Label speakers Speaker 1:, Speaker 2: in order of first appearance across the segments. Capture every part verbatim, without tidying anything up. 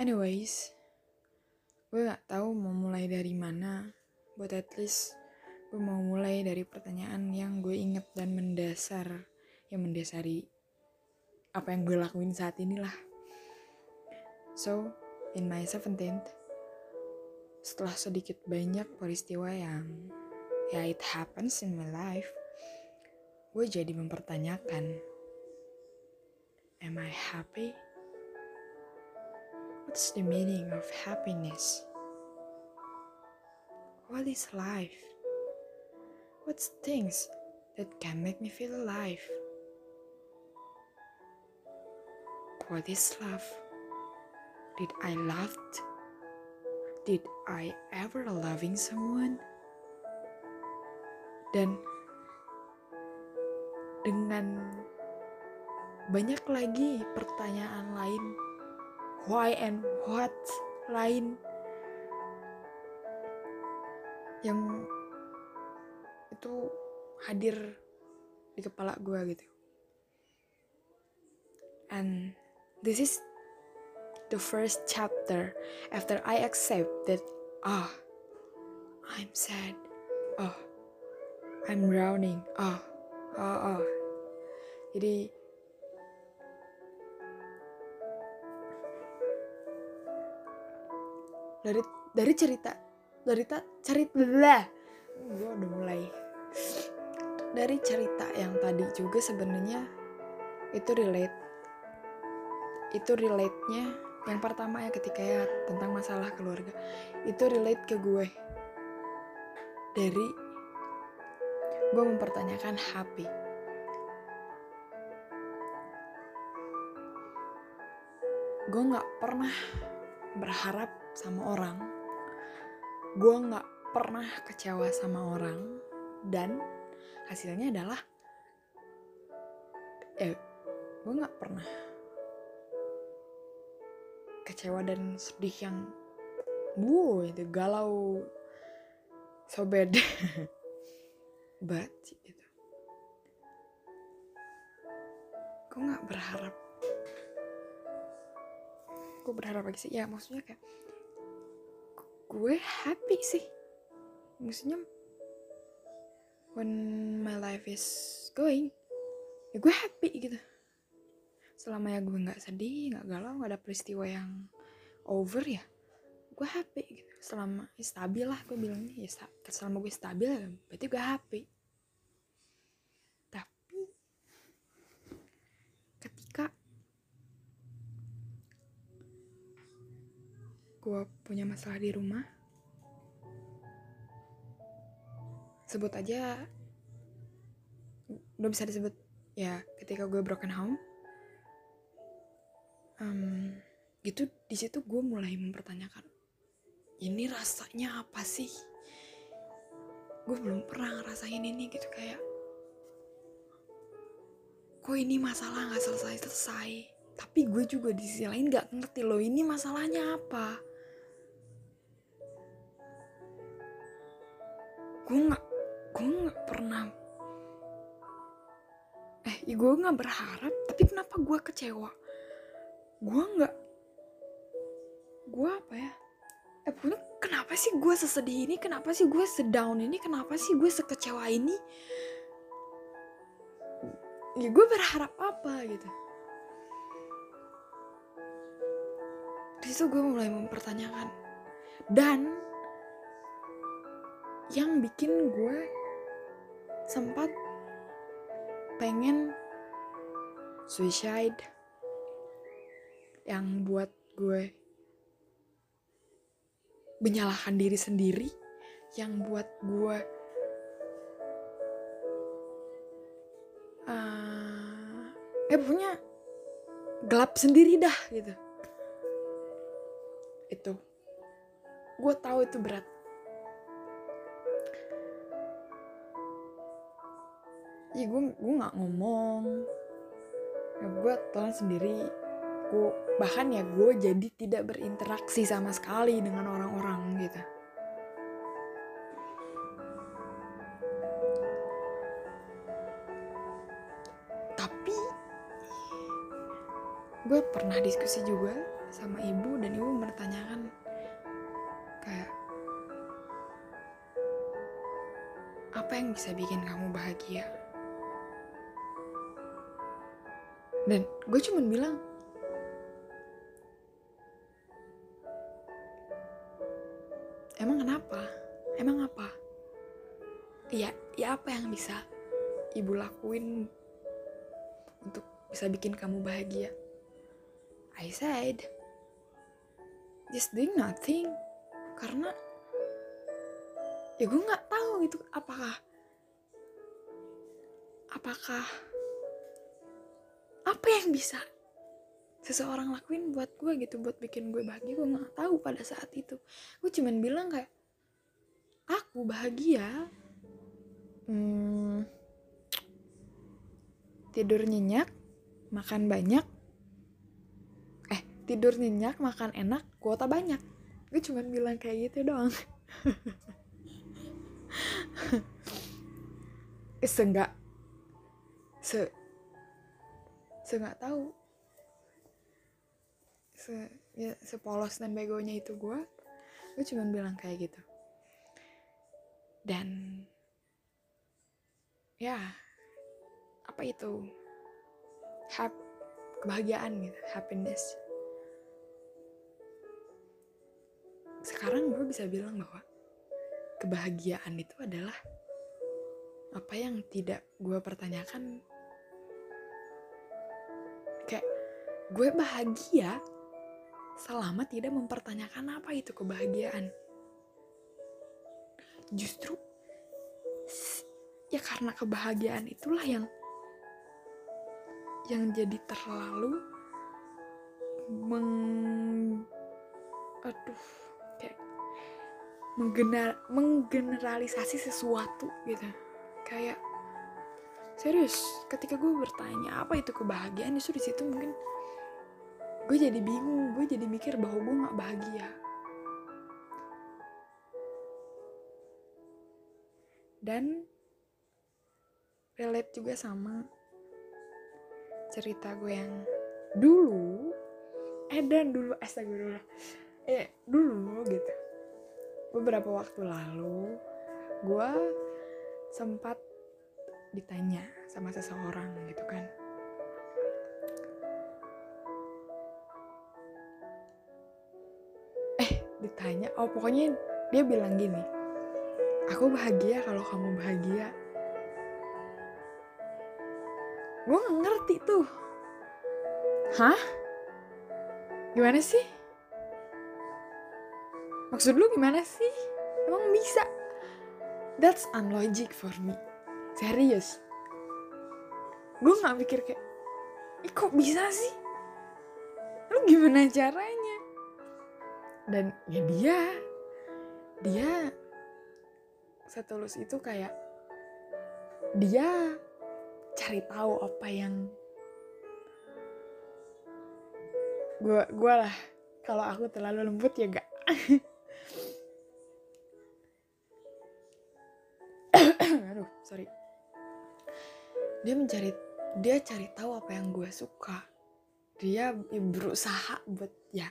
Speaker 1: Anyways, gue gak tahu mau mulai dari mana, but at least gue mau mulai dari pertanyaan yang gue inget dan mendasar, yang mendasari apa yang gue lakuin saat inilah. So, in my seventeenth, setelah sedikit banyak peristiwa yang ya it happens in my life, gue jadi mempertanyakan, am I happy? What's the meaning of happiness? What is life? What's things that can make me feel alive? What is love? Did I loved? Did I ever loving someone? Dan dengan banyak lagi pertanyaan lain, why and what lain yang itu hadir di kepala gue gitu. And this is the first chapter after I accept that ah, oh, I'm sad, oh, I'm drowning, oh, oh, oh. Jadi dari dari cerita dari ta, cerita lah, gue udah mulai dari cerita yang tadi juga sebenarnya itu relate, itu relate-nya yang pertama ya ketika ya tentang masalah keluarga itu relate ke gue dari gue mempertanyakan happy. Gue nggak pernah berharap sama orang, gue nggak pernah kecewa sama orang, dan hasilnya adalah eh gue nggak pernah kecewa dan sedih yang wow itu galau so bad but gitu. Gue nggak berharap gue berharap lagi sih ya, maksudnya kayak gue happy sih, maksudnya when my life is going ya gue happy gitu. Selama ya gue nggak sedih, nggak galau, nggak ada peristiwa yang over ya gue happy gitu. Selama ya stabil lah gue bilangnya ya, selama gue stabil berarti gue happy. Tapi ketika gue punya masalah di rumah, sebut aja udah bisa disebut ya ketika gue broken home, um, gitu di situ gue mulai mempertanyakan ini rasanya apa sih, gue belum pernah ngerasain ini gitu, kayak kok ini masalah nggak selesai selesai, tapi gue juga di sisi lain nggak ngerti loh ini masalahnya apa. Gue nggak gue nggak pernah eh ya gue nggak berharap, tapi kenapa gue kecewa? Gue nggak gue apa ya eh pokoknya kenapa sih gue sesedih ini, kenapa sih gue sedown ini, kenapa sih gue sekecewa ini, ya gue berharap apa gitu. Di situ gue mulai mempertanyakan, dan yang bikin gue sempat pengen suicide, yang buat gue menyalahkan diri sendiri, yang buat gue uh, eh punya gelap sendiri dah gitu. Itu gue tahu itu berat. Ya gue gue nggak ngomong, ya gue telan sendiri. Gue bahkan ya gue jadi tidak berinteraksi sama sekali dengan orang-orang gitu. Tapi gue pernah diskusi juga sama ibu, dan ibu bertanyakan kayak, apa yang bisa bikin kamu bahagia? Dan gue cuma bilang, emang kenapa? Emang apa? Ya, ya apa yang bisa ibu lakuin untuk bisa bikin kamu bahagia? I said, just doing nothing. Karena ya gue nggak tahu itu apakah apakah apa yang bisa seseorang lakuin buat gue gitu, buat bikin gue bahagia. Gue nggak tahu pada saat itu. Gue cuman bilang kayak, aku bahagia hmm, tidur nyenyak, makan banyak, eh tidur nyenyak, makan enak, kuota banyak. Gue cuman bilang kayak gitu doang. Seenggak se se nggak tahu se ya sepolos dan begonya itu gue gue cuma bilang kayak gitu. Dan ya apa itu hap kebahagiaan gitu, happiness. Sekarang gue bisa bilang bahwa kebahagiaan itu adalah apa yang tidak gue pertanyakan. Kayak gue bahagia selama tidak mempertanyakan apa itu kebahagiaan. Justru ya karena kebahagiaan itulah yang yang jadi terlalu meng aduh kayak menggener, menggeneralisasi sesuatu gitu. Kayak serius, ketika gue bertanya apa itu kebahagiaan, justru di situ mungkin gue jadi bingung, gue jadi mikir bahwa gue nggak bahagia. Dan relate juga sama cerita gue yang dulu, eh dan dulu astagfirullah, eh dulu gitu. Beberapa waktu lalu, gue sempat ditanya sama seseorang gitu kan. Eh, ditanya, oh pokoknya dia bilang gini, aku bahagia kalau kamu bahagia. Gue gak ngerti tuh. Hah? Gimana sih? Maksud lu gimana sih? Emang bisa? That's unlogic for me. Serius. Gue gak mikir kayak, eh kok bisa sih? Lu gimana caranya? Dan ya dia, dia setulus itu kayak, dia cari tahu apa yang gue gue lah. Kalau aku terlalu lembut ya gak. Aduh, sorry. Dia mencari, dia cari tahu apa yang gue suka. Dia berusaha buat ya,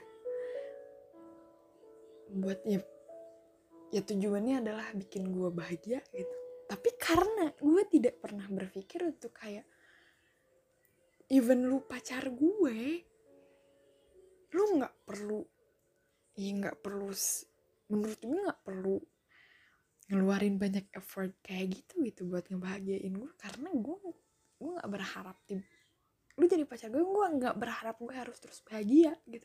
Speaker 1: buat ya, ya tujuannya adalah bikin gue bahagia gitu. Tapi karena gue tidak pernah berpikir untuk kayak, even lu pacar gue, lu nggak perlu, ya nggak perlu, menurut gue nggak perlu ngeluarin banyak effort kayak gitu gitu buat ngebahagiain gue. Karena gue gue nggak berharap di, lu jadi pacar gue, gue nggak berharap gue harus terus bahagia gitu.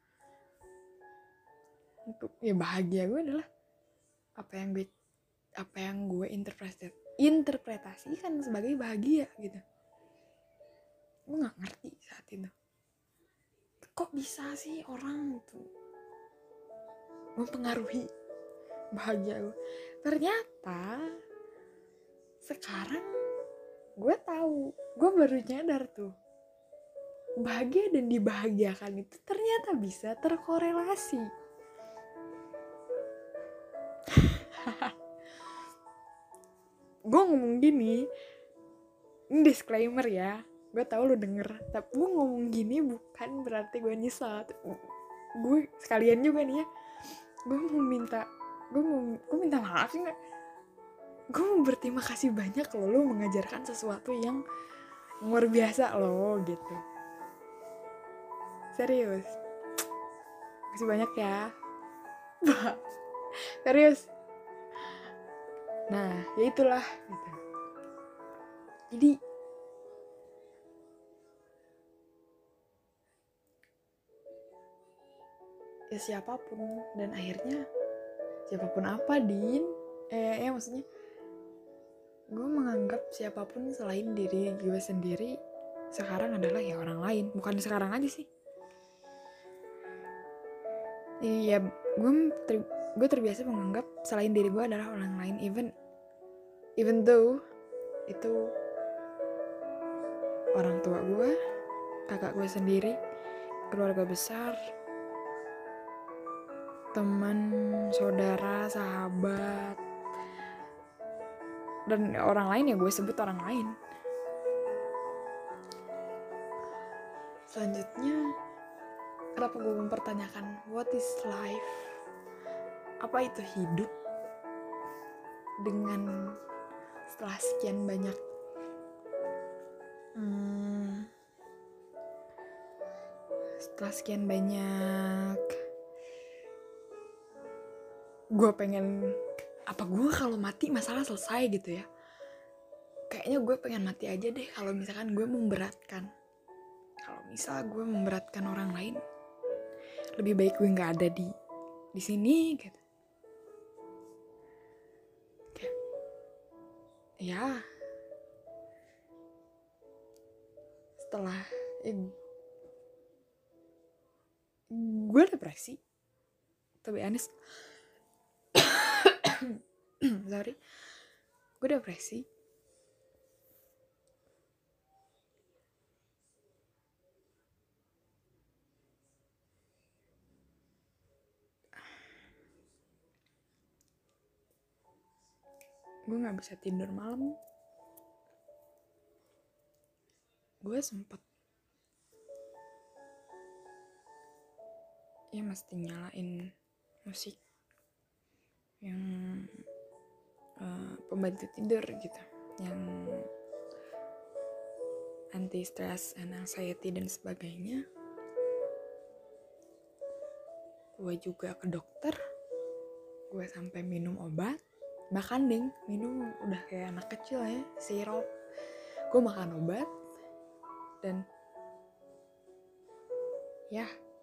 Speaker 1: Untuk ya bahagia gue adalah apa yang gue apa yang gue interpretasi interpretasikan sebagai bahagia gitu. Gue nggak ngerti saat itu kok bisa sih orang itu mempengaruhi bahagia gue. Ternyata sekarang gue tahu, gue baru nyadar tuh, bahagia dan dibahagiakan itu ternyata bisa terkorelasi. Gue ngomong gini, ini disclaimer ya, gue tahu lu denger, tapi gue ngomong gini bukan berarti gue nyesal. gue sekalian juga nih ya, gue mau minta gue mau gue minta maaf sih nggak, gue mau berterima kasih banyak loh, lo mengajarkan sesuatu yang luar biasa loh gitu, serius, makasih banyak ya. Serius. Nah ya itulah gitu. Jadi ya siapapun, dan akhirnya siapapun apa Din, eh ya maksudnya gue menganggap siapapun selain diri gue sendiri sekarang adalah ya orang lain. Bukan sekarang aja sih, iya gue ter, gue terbiasa menganggap selain diri gue adalah orang lain, even even though itu orang tua gue, kakak gue sendiri, keluarga besar, teman, saudara, sahabat, dan orang lain ya gue sebut orang lain. Selanjutnya, kenapa gue mempertanyakan what is life? Apa itu hidup? Dengan setelah sekian banyak hmm, setelah sekian banyak gue pengen, apa gue kalau mati masalah selesai gitu ya, kayaknya gue pengen mati aja deh kalau misalkan gue memberatkan, kalau misal gue memberatkan orang lain, lebih baik gue nggak ada di di sini gitu. Kayak ya setelah eh, gue depresi, to be honest. Sorry, gue depresi. Gue nggak bisa tidur malam. Gue sempet ya mesti nyalain musik yang uh, pembantu tidur gitu, yang anti stress and anxiety dan sebagainya. Gue juga ke dokter, gue sampai minum obat, bahkan ding minum udah kayak anak kecil ya, sirup. Gue makan obat dan ya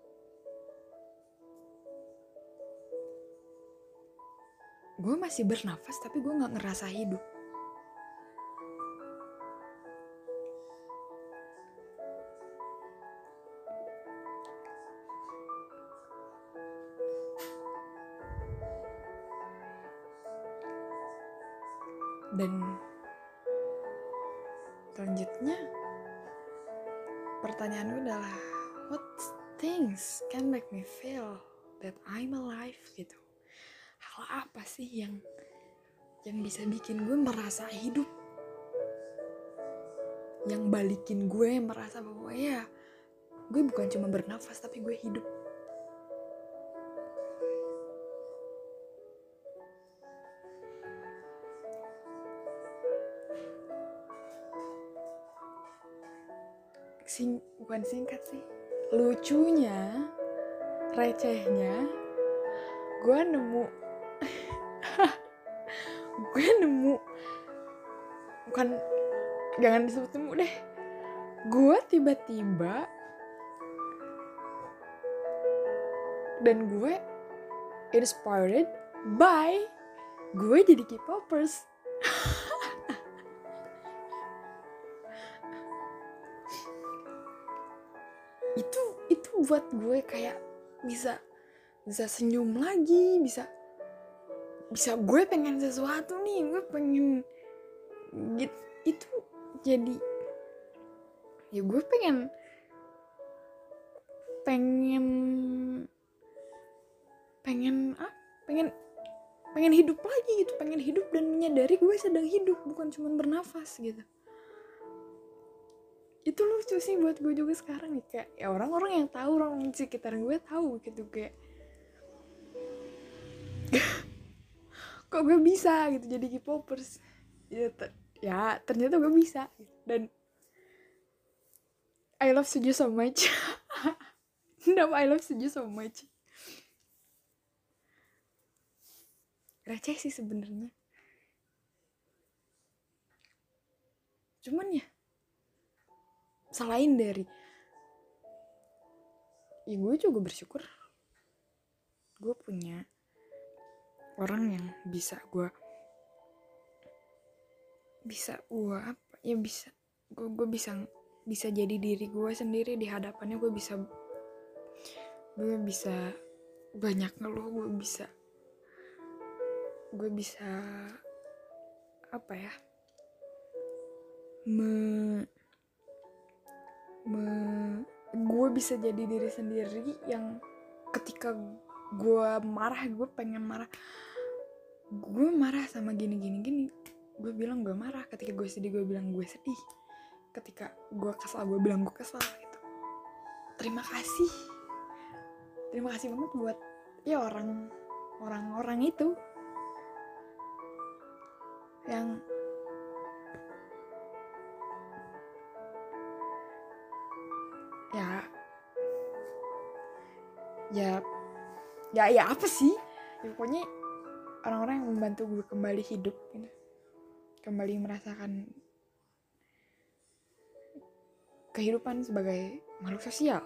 Speaker 1: gue masih bernafas tapi gue nggak ngerasa hidup. Dan selanjutnya pertanyaan gue adalah what things can make me feel that I'm alive gitu. Hal apa sih yang yang bisa bikin gue merasa hidup, yang balikin gue merasa bahwa ya gue bukan cuma bernafas tapi gue hidup. Sing, bukan singkat sih, lucunya, recehnya, gue nemu gue nemu bukan, jangan disebut nemu deh, gue tiba-tiba dan gue inspired by gue jadi K-popers. itu itu buat gue kayak bisa bisa senyum lagi, bisa bisa gue pengen sesuatu nih, gue pengen gitu, itu jadi ya gue pengen pengen pengen ah pengen pengen hidup lagi gitu, pengen hidup dan menyadari gue sedang hidup, bukan cuma bernafas gitu. itu lucu sih buat gue juga sekarang nih, kayak ya orang-orang yang tahu, orang di sekitar gue tahu gitu, kayak kok gue bisa gitu jadi K-popers ya, ter- ya ternyata gue bisa gitu. Dan I love Suju so much. Kenapa I love Suju so much? Receh sih sebenarnya, cuman ya selain dari ya gue juga bersyukur gue punya orang yang bisa gue bisa gue apa ya bisa gue gue bisa bisa jadi diri gue sendiri di hadapannya. Gue bisa gue bisa banyak ngeluh, gue bisa gue bisa apa ya me, me gue bisa jadi diri sendiri yang ketika gue marah, gue pengen marah, gue marah sama gini gini gini, gue bilang gue marah. Ketika gue sedih, gue bilang gue sedih. Ketika gue kesal, gue bilang gue kesal gitu. Terima kasih, terima kasih banget buat ya orang orang-orang itu yang ya ya ya ya apa sih ya, pokoknya orang-orang yang membantu gue kembali hidup gitu, kembali merasakan kehidupan sebagai makhluk sosial.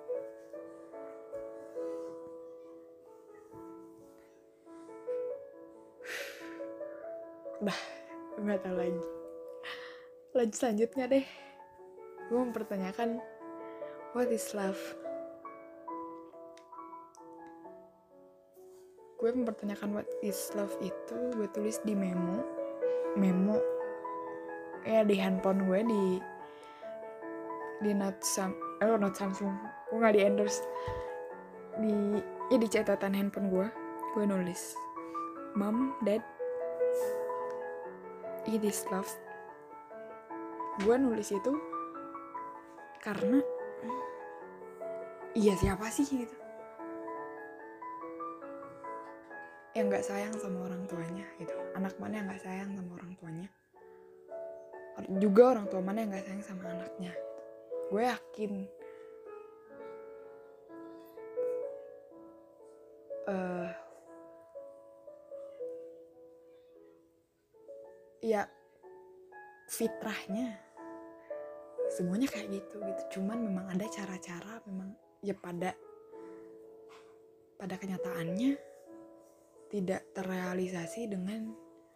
Speaker 1: Udah nggak tahu lagi. Lanjut selanjutnya deh, gue mempertanyakan what is love. Gue mempertanyakan what is love itu gue tulis di memo memo ya di handphone gue, di di not sam oh not Samsung, gue nggak di endorse, di ya di catatan handphone gue gue nulis mom dad it is love. Gue nulis itu karena iya siapa sih gitu yang nggak sayang sama orang tuanya gitu. Anak mana yang nggak sayang sama orang tuanya, juga orang tua mana yang nggak sayang sama anaknya. Gue yakin uh, ya fitrahnya semuanya kayak gitu gitu. Cuman memang ada cara-cara, memang ya pada pada kenyataannya tidak terrealisasi dengan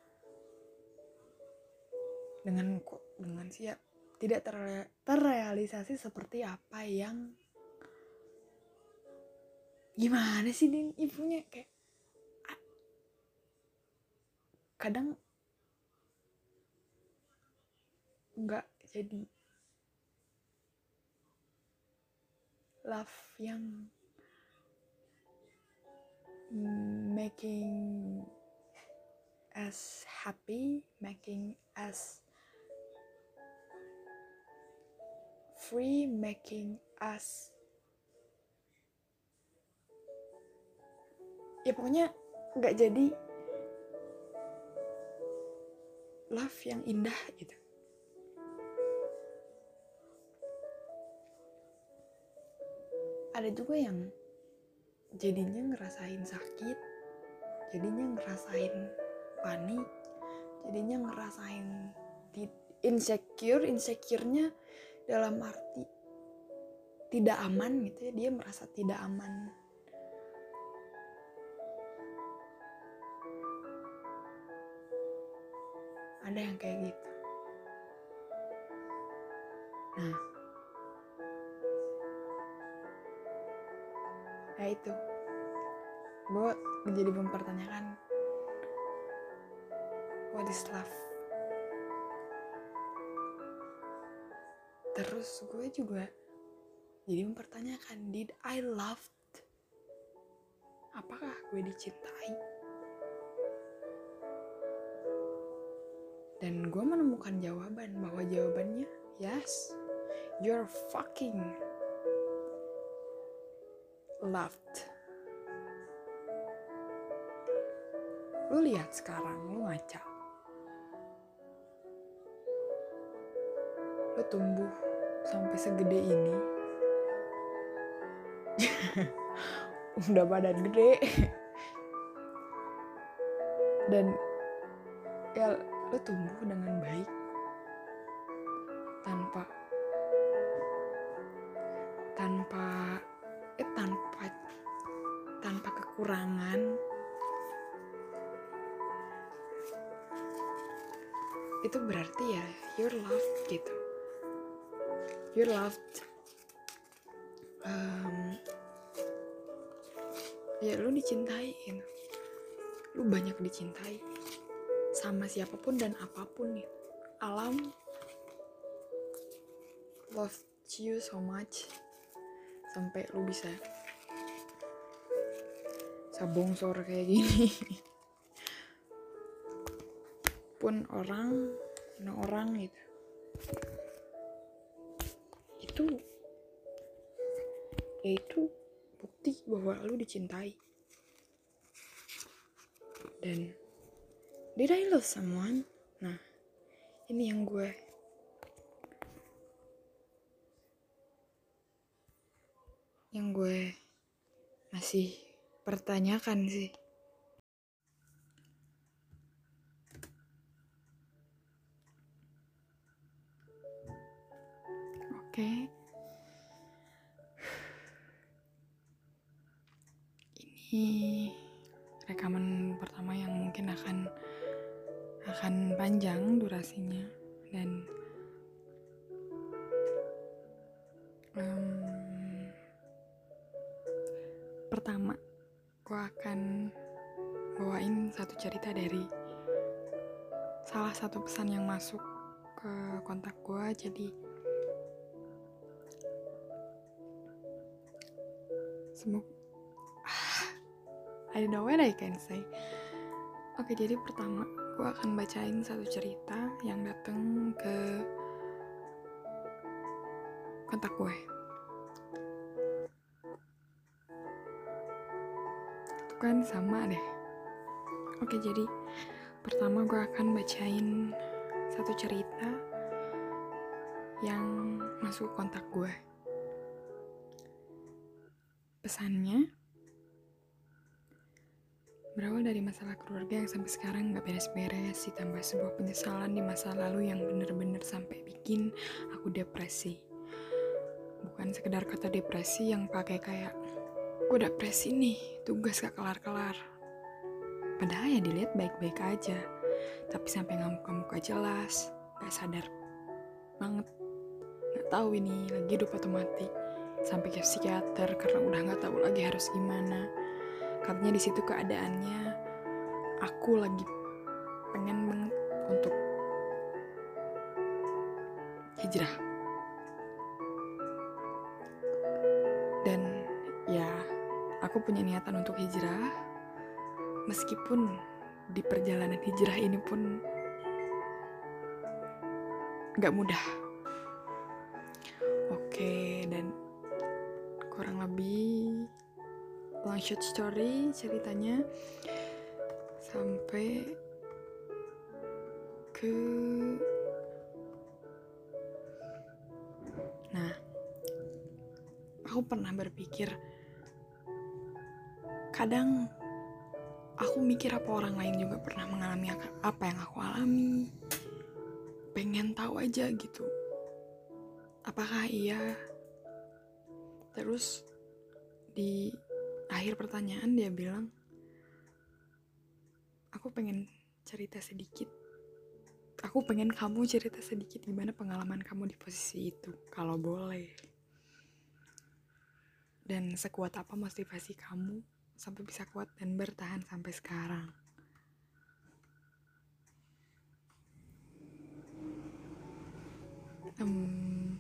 Speaker 1: dengan kok dengan siap tidak terre, terrealisasi seperti apa yang gimana sih din ibunya kayak kadang nggak jadi love yang making us happy, making us free, making us ya pokoknya nggak jadi love yang indah gitu. Ada juga yang jadinya ngerasain sakit, jadinya ngerasain panik, jadinya ngerasain insecure, insecure-nya dalam arti tidak aman gitu ya, dia merasa tidak aman. Ada yang kayak gitu. Nah, ya itu, gue jadi mempertanyakan what is love. Terus gue juga jadi mempertanyakan did I loved? Apakah gue dicintai? Dan gue menemukan jawaban bahwa jawabannya yes, you're fucking loved. Lu lihat sekarang, lu ngaca. Lu tumbuh sampai segede ini. Udah badan gede. Dan ya lu tumbuh dengan baik. Tanpa tanpa eh tanpa tanpa kekurangan. Itu berarti ya you're loved gitu. You're loved. Um, ya lu dicintai gitu. Lu banyak dicintai sama siapapun dan apapun ya. Alam love you so much sampai lu bisa sabongsor kayak gini. Pun orang, no orang gitu. Itu ya itu bukti bahwa lu dicintai. Dan did I love someone? Nah, ini yang gue yang gue masih pertanyakan sih. Oke. Okay. Ini rekaman pertama yang mungkin akan akan panjang durasinya dan um, pertama gue akan bawain satu cerita dari salah satu pesan yang masuk ke kontak gue. Jadi semoga I don't know what I can say. Oke, jadi pertama gue akan bacain satu cerita yang datang ke kontak gue. Itu kan sama deh. Oke, jadi pertama gue akan bacain satu cerita yang masuk kontak gue. Pesannya berawal dari masalah keluarga yang sampai sekarang gak beres-beres, ditambah sebuah penyesalan di masa lalu yang bener-bener sampai bikin aku depresi. Bukan sekedar kata depresi yang pakai kayak gue depresi nih, tugas gak kelar-kelar. Padahal ya dilihat baik-baik aja, tapi sampai ngamuk-ngamuk gak jelas, gak sadar banget, gak tahu ini lagi hidup atau mati. Sampai ke psikiater karena udah gak tahu lagi harus gimana. Katanya di situ keadaannya aku lagi pengen banget untuk hijrah. Dan ya, aku punya niatan untuk hijrah. Meskipun di perjalanan hijrah ini pun gak mudah. Oke, dan kurang lebih long short story ceritanya sampai ke nah aku pernah berpikir kadang aku mikir apa orang lain juga pernah mengalami apa yang aku alami, pengen tahu aja gitu apakah iya. Terus di akhir pertanyaan dia bilang, aku pengen cerita sedikit. Aku pengen kamu cerita sedikit gimana pengalaman kamu di posisi itu, kalau boleh. Dan sekuat apa motivasi kamu sampai bisa kuat dan bertahan sampai sekarang. Um,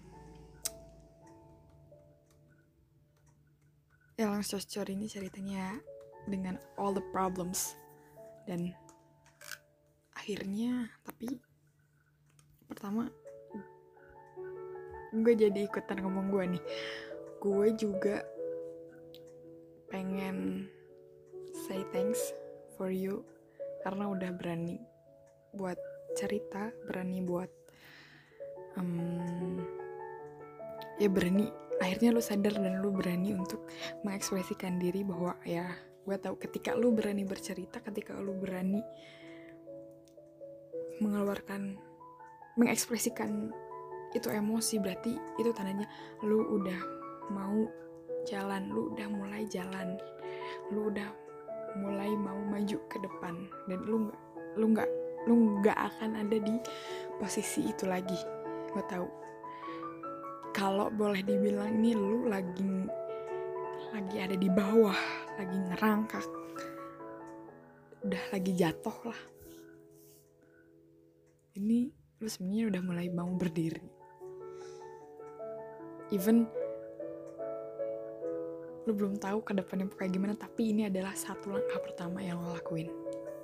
Speaker 1: ya long story ini ceritanya dengan all the problems dan akhirnya tapi pertama gue jadi ikutan ngomong gue nih. Gue juga pengen say thanks for you karena udah berani buat cerita, berani buat um, ya berani, akhirnya lu sadar dan lu berani untuk mengekspresikan diri bahwa ya gue tahu ketika lu berani bercerita, ketika lu berani mengeluarkan, mengekspresikan itu emosi, berarti itu tandanya lu udah mau jalan, lu udah mulai jalan, lu udah mulai mau maju ke depan, dan lu nggak lu nggak lu nggak akan ada di posisi itu lagi. Gue tahu kalau boleh dibilang nih lu lagi lagi ada di bawah, lagi ngerangkak, udah lagi jatuh lah. Ini lu sebenarnya udah mulai mau berdiri, even lu belum tahu ke depannya kayak gimana, tapi ini adalah satu langkah pertama yang lo lakuin.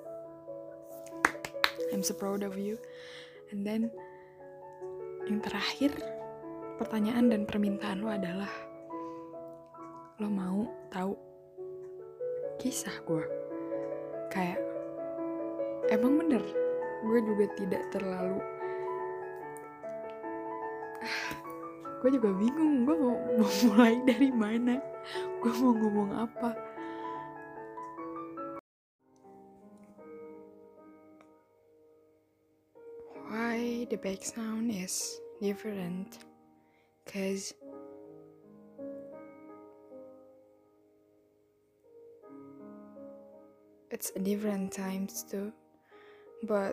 Speaker 1: I'm so proud of you. And then yang terakhir, pertanyaan dan permintaan lo adalah, lo mau tahu kisah gue? Kayak emang bener gue juga tidak terlalu ah, gue juga bingung gue mau, mau mulai dari mana, gue mau ngomong apa. Why the back sound is different? Cause it's a different times too, but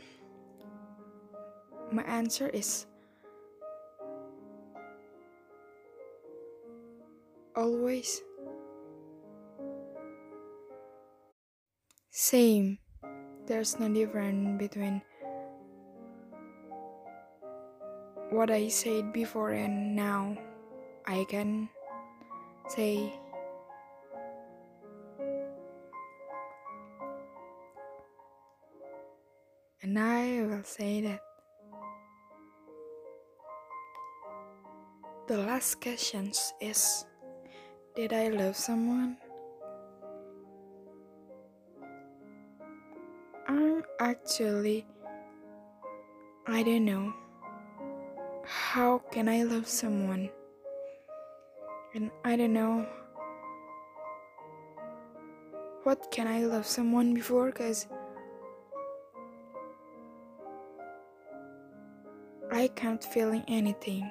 Speaker 1: my answer is always same. There's no difference between what I said before and now. I can say and I will say that the last question is, did I love someone? I'm actually, I don't know. How can I love someone? And I don't know what can I love someone before, cause I can't feeling anything.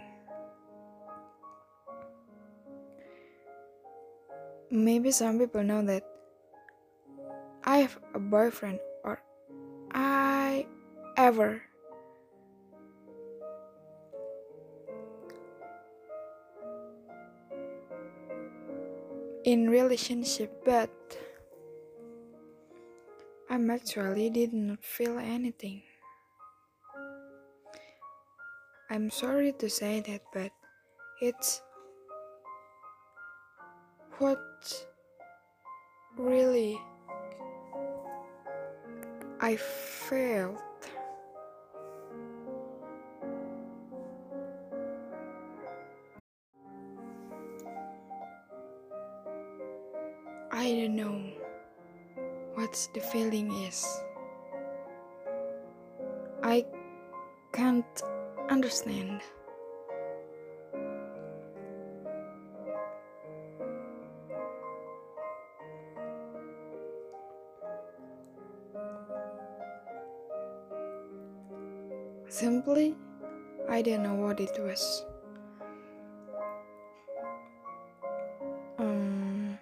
Speaker 1: Maybe some people know that I have a boyfriend, or I ever in relationship, but I'm actually did not feel anything. I'm sorry to say that, but it's what really I felt. I don't know what the feeling is. I can't understand. Simply, I don't know what it was. Um,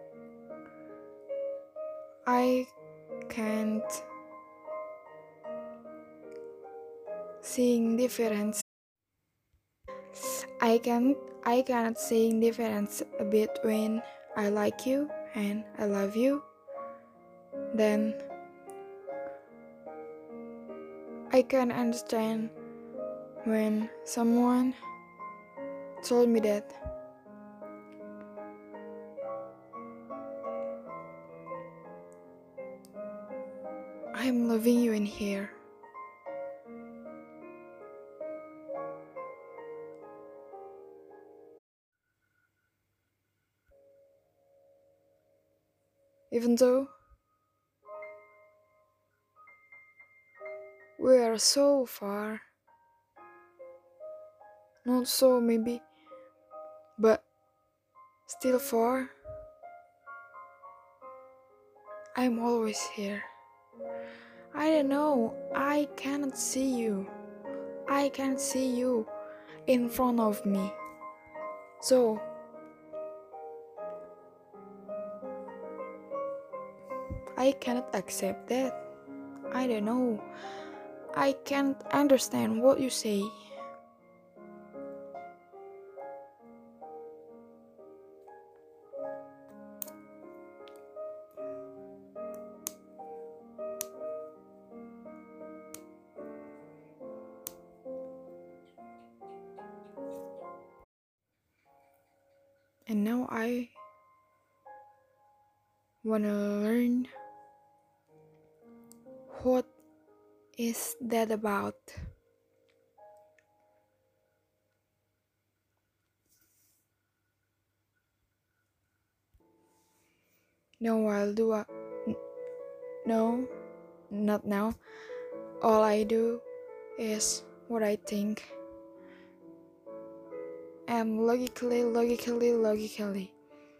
Speaker 1: I can't seeing difference. I can't I cannot seeing difference between I like you and I love you. Then I can understand when someone told me that I'm loving you in here. Even though we are so far, not so maybe, but still far, I'm always here. I don't know, I cannot see you. I can't see you in front of me. So, I cannot accept that. I don't know. I can't understand what you say. And now I wanna learn what is that about. No, I'll do a n- no, not now. All I do is what I think. And logically, logically, logically.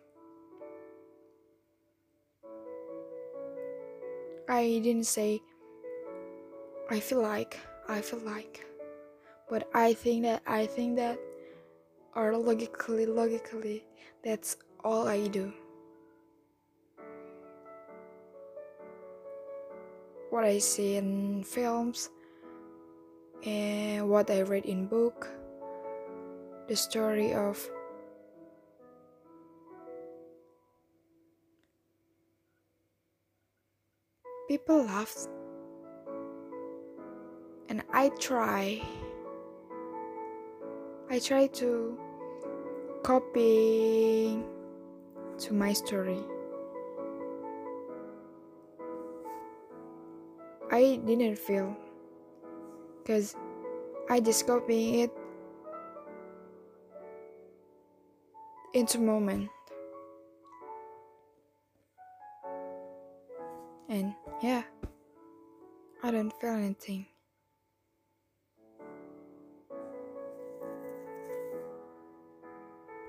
Speaker 1: I didn't say I feel like, I feel like. But I think that, I think that, or logically, logically, that's all I do. What I see in films, and what I read in book, the story of people laugh, and I try, I try to copy to my story. I didn't feel, cause I just copying it into moment, and yeah, I don't feel anything.